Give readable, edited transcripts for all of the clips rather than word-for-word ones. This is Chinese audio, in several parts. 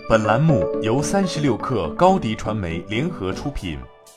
本栏目由36氪高迪传媒联合出品。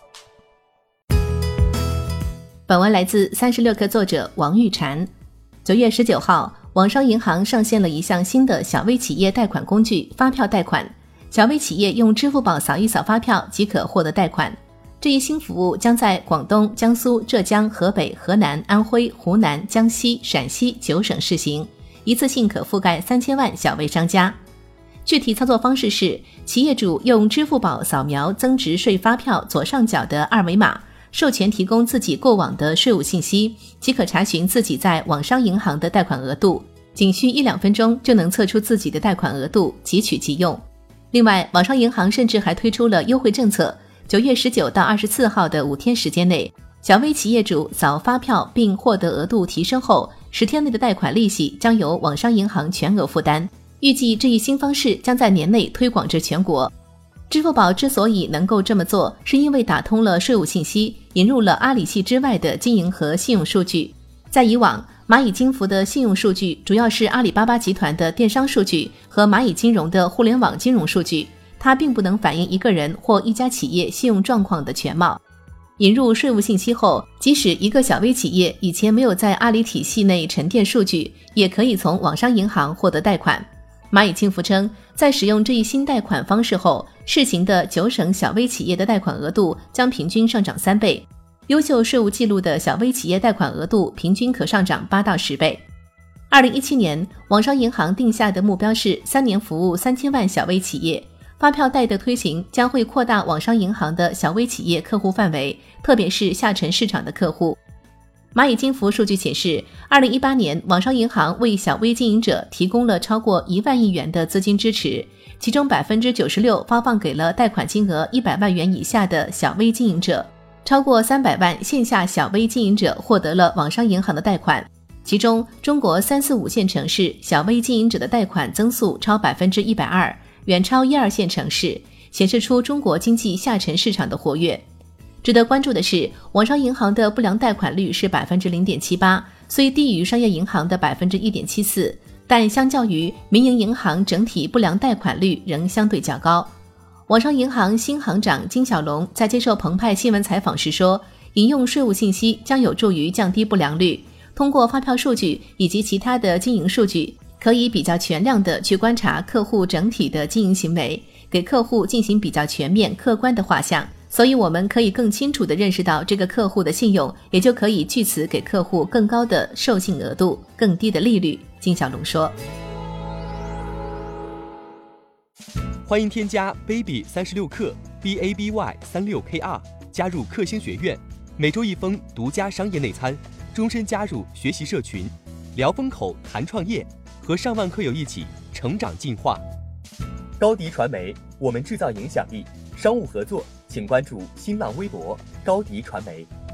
本文来自36氪作者王玉婵。9月19号，网商银行上线了一项新的小微企业贷款工具——发票贷款。小微企业用支付宝扫一扫发票即可获得贷款。这一新服务将在广东、江苏、浙江、河北、河南、安徽、湖南、江西、陕西9省试行，一次性可覆盖3000万小微商家。具体操作方式是，企业主用支付宝扫描增值税发票左上角的二维码，授权提供自己过往的税务信息，即可查询自己在网商银行的贷款额度，仅需1-2分钟就能测出自己的贷款额度，即取即用。另外，网商银行甚至还推出了优惠政策，9月19到24号的5天时间内，小微企业主扫发票并获得额度提升后，10天内的贷款利息将由网商银行全额负担。预计这一新方式将在年内推广至全国。支付宝之所以能够这么做，是因为打通了税务信息，引入了阿里系之外的经营和信用数据。在以往，蚂蚁金服的信用数据主要是阿里巴巴集团的电商数据和蚂蚁金融的互联网金融数据，它并不能反映一个人或一家企业信用状况的全貌。引入税务信息后，即使一个小微企业以前没有在阿里体系内沉淀数据，也可以从网商银行获得贷款。蚂蚁金服称，在使用这一新贷款方式后，试行的9省小微企业的贷款额度将平均上涨3倍，优秀税务记录的小微企业贷款额度平均可上涨8到10倍。2017年，网商银行定下的目标是3年服务3000万小微企业，发票贷的推行将会扩大网商银行的小微企业客户范围，特别是下沉市场的客户。蚂蚁金服数据显示，2018年网商银行为小微经营者提供了超过1万亿元的资金支持，其中 96% 发放给了贷款金额100万元以下的小微经营者，超过300万线下小微经营者获得了网商银行的贷款。其中，中国3、4、5线城市小微经营者的贷款增速超 120%， 远超1、2线城市，显示出中国经济下沉市场的活跃。值得关注的是，网商银行的不良贷款率是 0.78%， 虽低于商业银行的 1.74%， 但相较于民营银行整体不良贷款率仍相对较高。网商银行新行长金小龙在接受澎湃新闻采访时说，引用税务信息将有助于降低不良率，通过发票数据以及其他的经营数据，可以比较全量的去观察客户整体的经营行为，给客户进行比较全面客观的画像，所以我们可以更清楚地认识到这个客户的信用，也就可以据此给客户更高的授信额度、更低的利率。金小龙说。 欢迎添加 baby 36氪 BABY36KR 加入克星学院，每周1封独家商业内参，终身加入学习社群，聊风口谈创业，和上万课友一起成长进化。高迪传媒，我们制造影响力。商务合作请关注新浪微博高迪传媒。